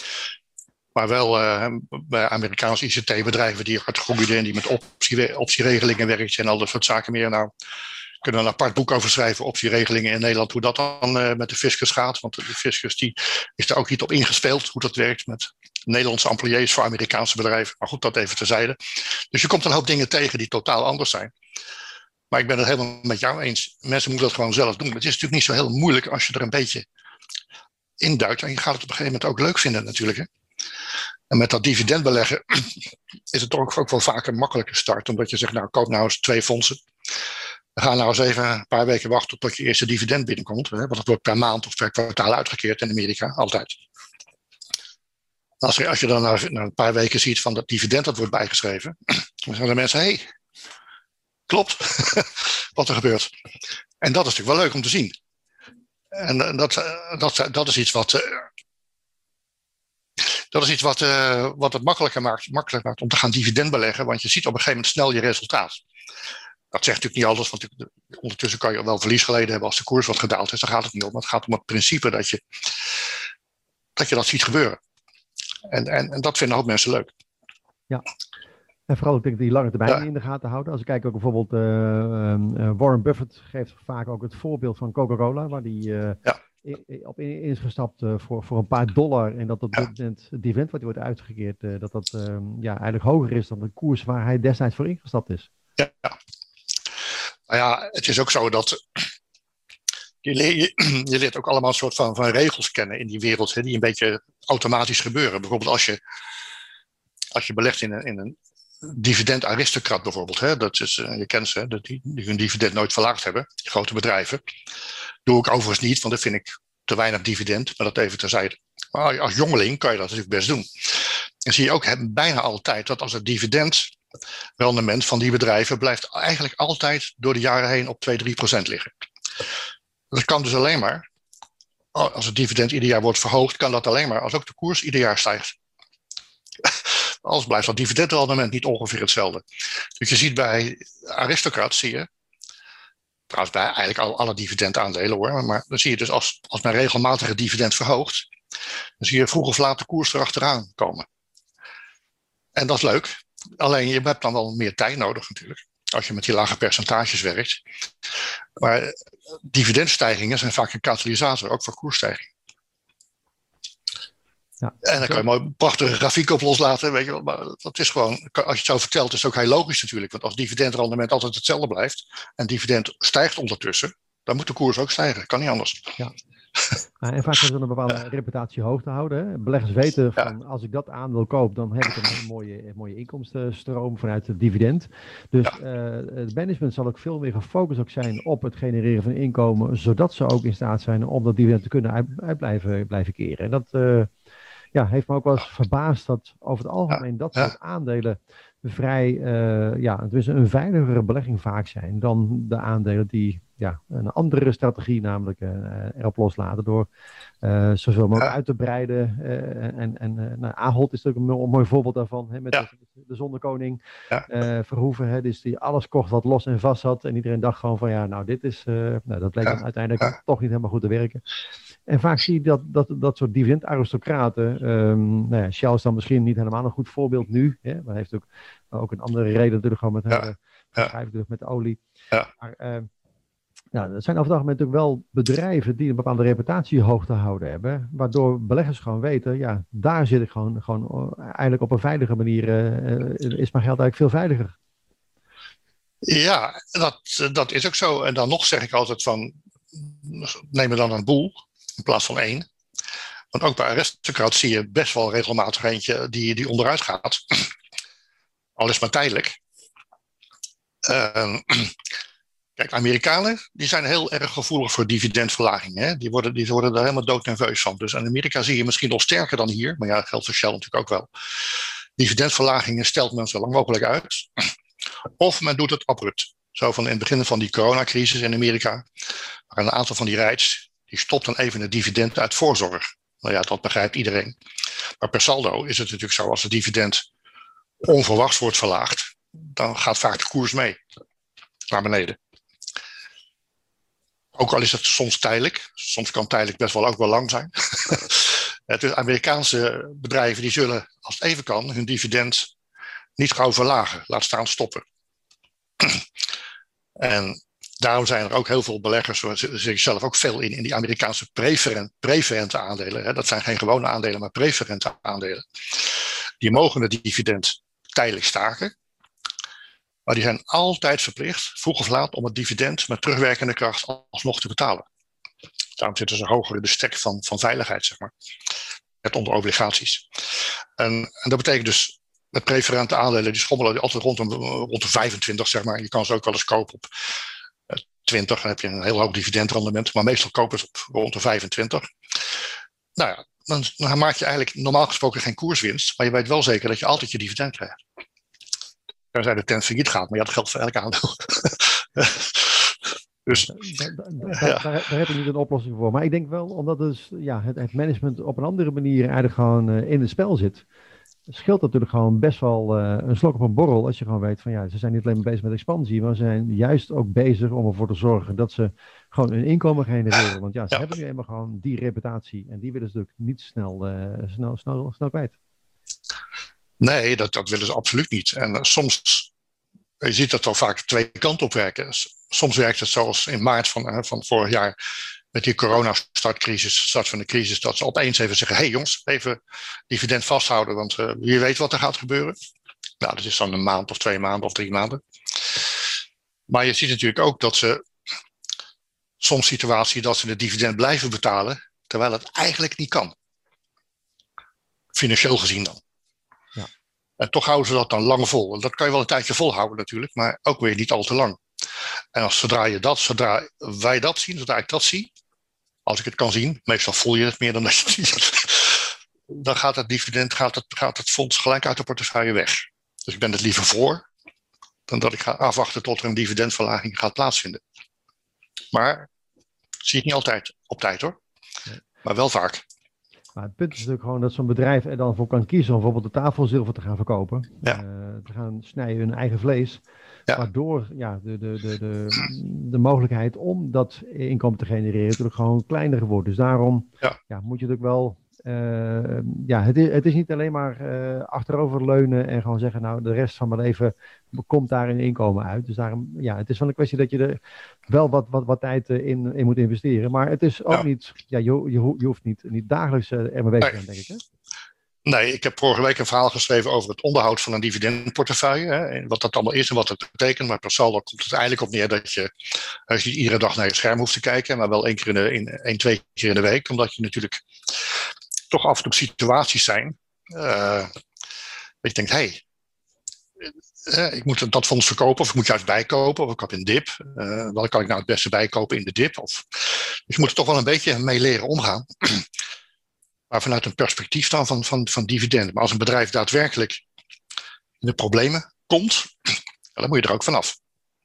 Maar wel uh, bij Amerikaanse I C T-bedrijven die hard groeiden en die met optie, optieregelingen werken en al dat soort zaken meer. Nou, kunnen we een apart boek over schrijven, optieregelingen in Nederland, hoe dat dan uh, met de fiscus gaat. Want de fiscus die is er ook niet op ingespeeld, hoe dat werkt met Nederlandse employees voor Amerikaanse bedrijven. Maar goed, dat even terzijde. Dus je komt een hoop dingen tegen die totaal anders zijn. Maar ik ben het helemaal met jou eens. Mensen moeten dat gewoon zelf doen. Het is natuurlijk niet zo heel moeilijk als je er een beetje induikt. En je gaat het op een gegeven moment ook leuk vinden natuurlijk. Hè? En met dat dividendbeleggen is het toch ook wel vaak een makkelijke start. Omdat je zegt, nou koop nou eens twee fondsen. We gaan nou eens even een paar weken wachten tot je eerste dividend binnenkomt. Hè? Want dat wordt per maand of per kwartaal uitgekeerd in Amerika, altijd. Als je, als je dan na, na een paar weken ziet van dat dividend dat wordt bijgeschreven, dan zeggen de mensen, hé, hey, klopt wat er gebeurt. En dat is natuurlijk wel leuk om te zien. En dat, dat, dat is iets wat, dat is iets wat, wat het makkelijker maakt, makkelijker maakt om te gaan dividendbeleggen, want je ziet op een gegeven moment snel je resultaat. Dat zegt natuurlijk niet alles, want ondertussen kan je wel verlies geleden hebben als de koers wat gedaald is. Daar gaat het niet om. Maar het gaat om het principe dat je dat, je dat ziet gebeuren. En, en, en dat vinden ook mensen leuk. Ja, en vooral ik denk die lange termijn ja. in de gaten houden. Als ik kijk ook bijvoorbeeld, uh, uh, Warren Buffett geeft vaak ook het voorbeeld van Coca-Cola, waar die uh, ja. in, op in is gestapt uh, voor, voor een paar dollar. En dat op dit moment het dividend wat wordt uitgekeerd, uh, dat dat uh, ja, eigenlijk hoger is dan de koers waar hij destijds voor ingestapt is. Ja, ja. Nou ja, het is ook zo dat je, leer, je, je leert ook allemaal een soort van, van regels kennen in die wereld, hè, die een beetje automatisch gebeuren. Bijvoorbeeld als je, als je belegt in een, in een dividend-aristocrat bijvoorbeeld. Hè, dat is, je kent ze, dat die, die hun dividend nooit verlaagd hebben. Die grote bedrijven. Doe ik overigens niet, want dat vind ik te weinig dividend. Maar dat even terzijde. Maar als jongeling kan je dat natuurlijk best doen. En zie je ook bijna altijd dat als het dividendrendement van die bedrijven blijft eigenlijk altijd door de jaren heen op twee, drie procent liggen. Dat kan dus alleen maar, als het dividend ieder jaar wordt verhoogd, kan dat alleen maar als ook de koers ieder jaar stijgt. Anders blijft dat dividendrendement niet ongeveer hetzelfde. Dus je ziet bij Aristocrat, zie je, trouwens bij eigenlijk alle, alle dividendaandelen hoor, maar dan zie je dus als, als men regelmatig het dividend verhoogt, dan zie je vroeg of laat de koers erachteraan komen. En dat is leuk. Alleen je hebt dan wel meer tijd nodig natuurlijk. Als je met die lage percentages werkt. Maar dividendstijgingen zijn vaak een katalysator, ook voor koersstijging. Ja, en dan kan je mooi een prachtige grafiek op loslaten. Weet je wel. Maar dat is gewoon, als je het zo vertelt, is het ook heel logisch natuurlijk. Want als dividendrendement altijd hetzelfde blijft. En dividend stijgt ondertussen. Dan moet de koers ook stijgen. Kan niet anders. Ja. En vaak hebben ze een bepaalde ja. reputatie hoog te houden. Hè? Beleggers weten van ja. als ik dat aandeel koop, dan heb ik een hele mooie, mooie inkomstenstroom vanuit het dividend. Dus ja. uh, het management zal ook veel meer gefocust ook zijn op het genereren van inkomen, zodat ze ook in staat zijn om dat dividend te kunnen uit, uit blijven, blijven keren. En dat uh, ja, heeft me ook wel eens verbaasd dat over het algemeen ja. dat soort ja. aandelen vrij, uh, ja, het is een veiligere belegging vaak zijn dan de aandelen die ja, een andere strategie namelijk uh, erop loslaten door uh, zoveel mogelijk ja. uit te breiden. Uh, en en uh, nou, Ahold is natuurlijk een mooi voorbeeld daarvan, hè, met ja. de, de zonnekoning, ja. uh, Verhoeven, hè, dus die alles kocht wat los en vast had en iedereen dacht gewoon van ja, nou dit is, uh, nou, dat bleek ja. dan uiteindelijk ja. toch niet helemaal goed te werken. En vaak zie je dat, dat, dat soort dividendaristocraten, um, nou ja, Shell is dan misschien niet helemaal een goed voorbeeld nu, hè, maar heeft ook, ook een andere reden natuurlijk gewoon met, ja. Ja. met de olie. Ja. Maar, uh, ja, er zijn over het algemeen natuurlijk wel bedrijven die een bepaalde reputatie hoog te houden hebben, waardoor beleggers gewoon weten, ja, daar zit ik gewoon, gewoon eigenlijk op een veilige manier, uh, is mijn geld eigenlijk veel veiliger. Ja, dat, dat is ook zo. En dan nog zeg ik altijd van, neem er dan een boel in plaats van één. Want ook bij Aristocrat zie je best wel regelmatig eentje die, die onderuit gaat. Al is maar tijdelijk. Uh, Kijk, Amerikanen die zijn heel erg gevoelig voor dividendverlaging. Hè? Die, worden, die worden daar helemaal doodnerveus van. Dus in Amerika zie je misschien nog sterker dan hier. Maar ja, dat geldt voor Shell natuurlijk ook wel. Dividendverlagingen stelt men zo lang mogelijk uit. Of men doet het abrupt. Zo van in het begin van die coronacrisis in Amerika. Maar een aantal van die rijds, die stopt dan even het dividend uit voorzorg. Nou ja, dat begrijpt iedereen. Maar per saldo is het natuurlijk zo, als het dividend onverwachts wordt verlaagd, dan gaat vaak de koers mee naar beneden. Ook al is het soms tijdelijk. Soms kan tijdelijk best wel ook wel lang zijn. Dus Amerikaanse bedrijven die zullen, als het even kan, hun dividend niet gauw verlagen. Laat staan stoppen. En daarom zijn er ook heel veel beleggers, zoals ik zelf ook veel in, in die Amerikaanse preferent, preferente aandelen. Hè. Dat zijn geen gewone aandelen, maar preferente aandelen. Die mogen het dividend tijdelijk staken. Maar die zijn altijd verplicht, vroeg of laat, om het dividend met terugwerkende kracht alsnog te betalen. Daarom zitten ze hoger in de stek van, van veiligheid, zeg maar. Net onder obligaties. En, en dat betekent dus, met preferente aandelen, die schommelen altijd rond, een, rond de vijfentwintig, zeg maar. Je kan ze ook wel eens kopen op twintig, dan heb je een heel hoog dividendrendement. Maar meestal kopen ze op rond de vijfentwintig. Nou ja, dan, dan maak je eigenlijk normaal gesproken geen koerswinst. Maar je weet wel zeker dat je altijd je dividend krijgt. Tenzij de tent failliet gaat, maar ja, dat geldt voor elk aandeel. Dus, daar, daar, ja. daar, daar heb ik niet een oplossing voor. Maar ik denk wel, omdat dus, ja, het, het management op een andere manier eigenlijk gewoon uh, in het spel zit, scheelt natuurlijk gewoon best wel uh, een slok op een borrel als je gewoon weet van ja, ze zijn niet alleen maar bezig met expansie, maar ze zijn juist ook bezig om ervoor te zorgen dat ze gewoon een inkomen genereren. Want ja, ze ja. hebben nu eenmaal gewoon die reputatie en die willen ze natuurlijk niet snel, uh, snel, snel, snel kwijt. Nee, dat, dat willen ze absoluut niet. En uh, soms, je ziet dat al vaak twee kanten op werken. Soms werkt het zoals in maart van, uh, van vorig jaar met die corona-startcrisis, start van de crisis, dat ze opeens even zeggen, hé hey jongens, even dividend vasthouden, want uh, wie weet wat er gaat gebeuren. Nou, dat is dan een maand of twee maanden of drie maanden. Maar je ziet natuurlijk ook dat ze soms situatie dat ze de dividend blijven betalen, terwijl het eigenlijk niet kan. Financieel gezien dan. Ja. En toch houden ze dat dan lang vol. En dat kan je wel een tijdje volhouden natuurlijk, maar ook weer niet al te lang. En als zodra je dat, zodra wij dat zien, zodra ik dat zie, als ik het kan zien, meestal voel je het meer dan dat je het ziet, dan gaat het dividend, gaat het, gaat het fonds gelijk uit de portefeuille weg. Dus ik ben het liever voor, dan dat ik ga afwachten tot er een dividendverlaging gaat plaatsvinden. Maar zie ik niet altijd op tijd hoor, nee. Maar wel vaak. Maar het punt is natuurlijk gewoon dat zo'n bedrijf er dan voor kan kiezen om bijvoorbeeld de tafelzilver te gaan verkopen. Ja. Uh, te gaan snijden hun eigen vlees. Ja. Waardoor ja, de, de, de, de, de mogelijkheid om dat inkomen te genereren natuurlijk gewoon kleiner wordt. Dus daarom ja. Ja, moet je natuurlijk wel... Uh, ja, het is, het is niet alleen maar uh, achteroverleunen en gewoon zeggen, nou, de rest van mijn leven komt daar een inkomen uit. Dus daarom, ja, het is wel een kwestie dat je er wel wat, wat, wat tijd in, in moet investeren. Maar het is ook ja. niet, ja, je, je, je hoeft niet, niet dagelijks uh, er mee bezig te zijn, denk ik, hè? Nee, ik heb vorige week een verhaal geschreven over het onderhoud van een dividendportefeuille. Hè, en wat dat allemaal is en wat het betekent. Maar per saldo komt het eigenlijk op neer dat je, als je niet iedere dag naar je scherm hoeft te kijken, maar wel één keer in de, in, één, twee keer in de week. Omdat je natuurlijk toch af en toe situaties zijn. Uh, dat je denkt, hé, hey, uh, ik moet dat fonds verkopen of ik moet juist bijkopen. Of ik heb een dip. Uh, wat kan ik nou het beste bijkopen in de dip? Of, dus je moet er toch wel een beetje mee leren omgaan. Maar vanuit een perspectief dan van, van, van dividend. Maar als een bedrijf daadwerkelijk in de problemen komt, dan moet je er ook vanaf.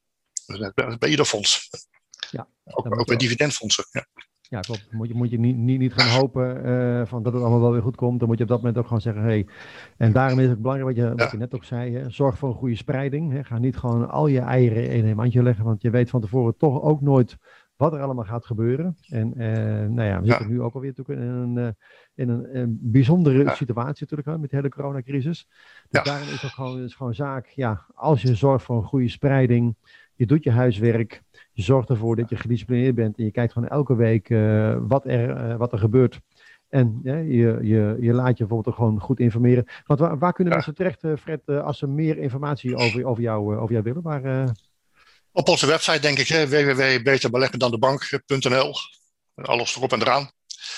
Bij ieder fonds. Ja, ook ook bij dividendfondsen. Ja. Ja, klopt. Moet je, moet je niet, niet, niet gaan hopen uh, van dat het allemaal wel weer goed komt. Dan moet je op dat moment ook gewoon zeggen, hé. Hey. En daarom is het belangrijk wat je, wat ja. je net ook zei. Hè. Zorg voor een goede spreiding. Hè. Ga niet gewoon al je eieren in een mandje leggen. Want je weet van tevoren toch ook nooit wat er allemaal gaat gebeuren. En uh, nou ja, we ja. zitten nu ook alweer in een, uh, in een, een bijzondere ja. situatie natuurlijk met de hele coronacrisis. Dus ja. daarom is het gewoon, is gewoon zaak, ja, als je zorgt voor een goede spreiding, je doet je huiswerk, je zorgt ervoor dat je gedisciplineerd bent en je kijkt gewoon elke week uh, wat, er, uh, wat er gebeurt. En ja, je, je, je laat je bijvoorbeeld gewoon goed informeren. Want waar, waar kunnen ja. mensen terecht, uh, Fred, uh, als ze meer informatie over, over, jou, uh, over jou willen? Waar, uh... Op onze website denk ik, w w w punt beter beleggen dan de bank punt n l. Alles erop en eraan.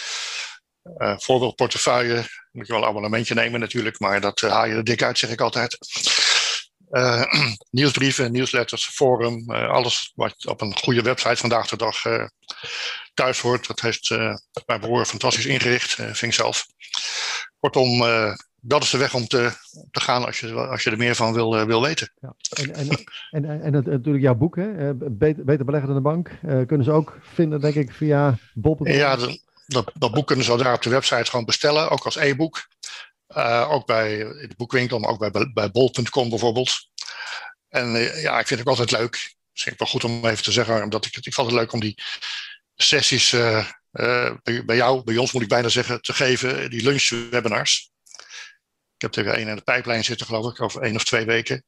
Uh, voorbeeldportefeuille, moet je wel een abonnementje nemen natuurlijk, maar dat uh, haal je er dik uit, zeg ik altijd. Uh, nieuwsbrieven, newsletters, forum, uh, alles wat op een goede website vandaag de dag uh, thuis hoort. Dat heeft uh, mijn broer fantastisch ingericht, uh, vind ik zelf. Kortom, uh, dat is de weg om te, te gaan als je, als je er meer van wil, uh, wil weten. Ja. En, en, en, en, en het, natuurlijk jouw boek, hè? Beter, beter beleggen dan de bank, uh, kunnen ze ook vinden, denk ik, via bol punt com. Ja, de, dat, dat boek kunnen ze daar op de website gewoon bestellen, ook als e-boek. Uh, ook bij de boekwinkel, maar ook bij, bij bol punt com bijvoorbeeld. En uh, ja, ik vind het ook altijd leuk. Het is wel goed om even te zeggen, omdat ik, ik vond het leuk om die sessies uh, uh, bij, bij jou, bij ons moet ik bijna zeggen, te geven, die lunchwebinars. Ik heb er één in de pijplijn zitten, geloof ik, over één of twee weken.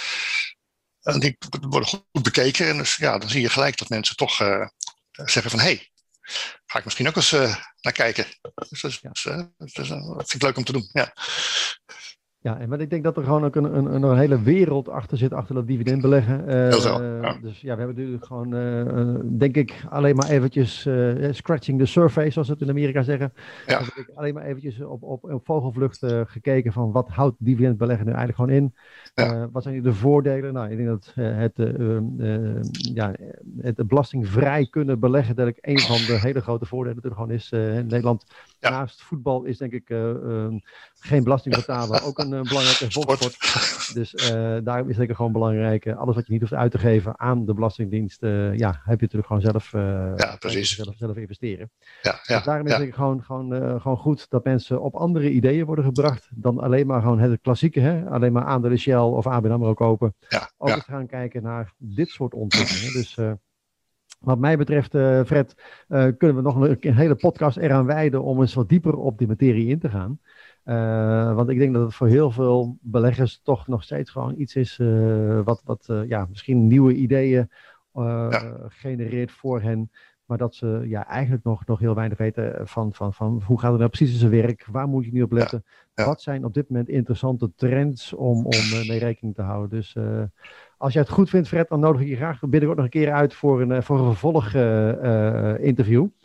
En die worden goed bekeken. En dus ja, dan zie je gelijk dat mensen toch uh, zeggen van, hé, hey, ga ik misschien ook eens uh, naar kijken. Dus dat, is, ja. dus, uh, dus, uh, dat vind ik leuk om te doen, ja. Ja, en ik denk dat er gewoon ook een, een, een hele wereld achter zit, achter dat dividendbeleggen. Uh, Heel zo, ja. Dus ja, we hebben natuurlijk gewoon, uh, denk ik, alleen maar eventjes uh, scratching the surface, zoals ze het in Amerika zeggen. Ja. Heb ik alleen maar eventjes op, op, op vogelvlucht uh, gekeken van wat houdt dividendbeleggen nu eigenlijk gewoon in. Ja. Uh, wat zijn de voordelen? Nou, ik denk dat uh, het, uh, uh, ja, het belastingvrij kunnen beleggen, dat ik een van de hele grote voordelen er gewoon is uh, in Nederland. Ja. Naast voetbal is denk ik uh, uh, geen belasting betalen ook een een belangrijke volkssport. Dus uh, daarom is het zeker gewoon belangrijk. Uh, alles wat je niet hoeft uit te geven aan de Belastingdienst, uh, ja, heb je natuurlijk gewoon zelf, uh, ja, precies. zelf, zelf investeren. Ja, ja, dus daarom is ja. het gewoon, gewoon, uh, gewoon goed dat mensen op andere ideeën worden gebracht dan alleen maar gewoon het klassieke, hè? Alleen maar aandelen Shell of A B N AMRO kopen. Ja, ook ja. eens gaan kijken naar dit soort ontwikkelingen. Dus uh, wat mij betreft, uh, Fred, uh, kunnen we nog een, een hele podcast eraan wijden om eens wat dieper op die materie in te gaan. Uh, want ik denk dat het voor heel veel beleggers toch nog steeds gewoon iets is uh, wat, wat uh, ja, misschien nieuwe ideeën uh, ja. genereert voor hen. Maar dat ze ja, eigenlijk nog, nog heel weinig weten van, van, van hoe gaat het nou precies in zijn werk? Waar moet je nu op letten? Ja. Ja. Wat zijn op dit moment interessante trends om, om uh, mee rekening te houden? Dus uh, als jij het goed vindt, Fred, dan nodig ik je graag binnenkort nog een keer uit voor een, voor een vervolg uh, uh, interview.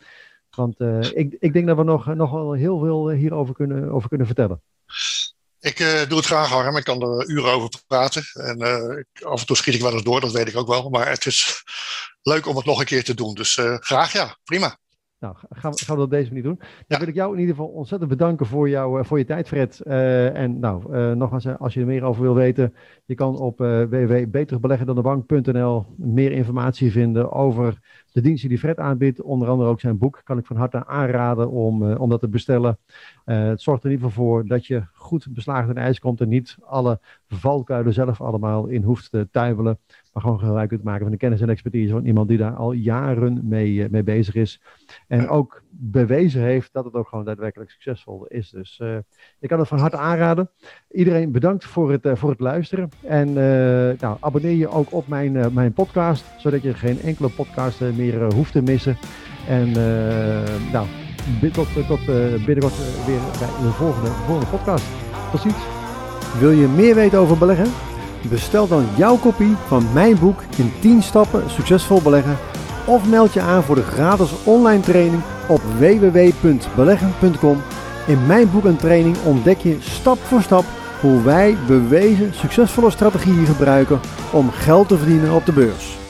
Want uh, ik, ik denk dat we nog, nog wel heel veel hierover kunnen, over kunnen vertellen. Ik uh, doe het graag, Harm. Ik kan er uren over praten. En uh, ik, af en toe schiet ik wel eens door, dat weet ik ook wel. Maar het is leuk om het nog een keer te doen. Dus uh, graag, ja, prima. Nou, gaan we, gaan we dat op deze manier doen. Dan ja. wil ik jou in ieder geval ontzettend bedanken voor, jou, voor je tijd, Fred. Uh, en nou, uh, nogmaals, als je er meer over wil weten, je kan op uh, w w w punt beter beleggen dan de bank punt n l meer informatie vinden over de diensten die Fred aanbiedt. Onder andere ook zijn boek. Kan ik van harte aanraden om, uh, om dat te bestellen. Uh, het zorgt er in ieder geval voor dat je goed beslagen ten ijs komt en niet alle valkuilen zelf allemaal in hoeft te tuimelen. Maar gewoon gebruik kunt maken van de kennis en expertise van iemand die daar al jaren mee, mee bezig is. En ook bewezen heeft dat het ook gewoon daadwerkelijk succesvol is. Dus uh, ik kan het van harte aanraden. Iedereen bedankt voor het, uh, voor het luisteren. En uh, nou, abonneer je ook op mijn, uh, mijn podcast, zodat je geen enkele podcast uh, meer uh, hoeft te missen. En uh, nou, tot, tot uh, binnenkort uh, weer bij de volgende, volgende podcast. Tot ziens. Wil je meer weten over beleggen? Bestel dan jouw kopie van mijn boek in tien stappen succesvol beleggen. Of meld je aan voor de gratis online training op w w w punt beleggen punt com. In mijn boek en training ontdek je stap voor stap hoe wij bewezen succesvolle strategieën gebruiken om geld te verdienen op de beurs.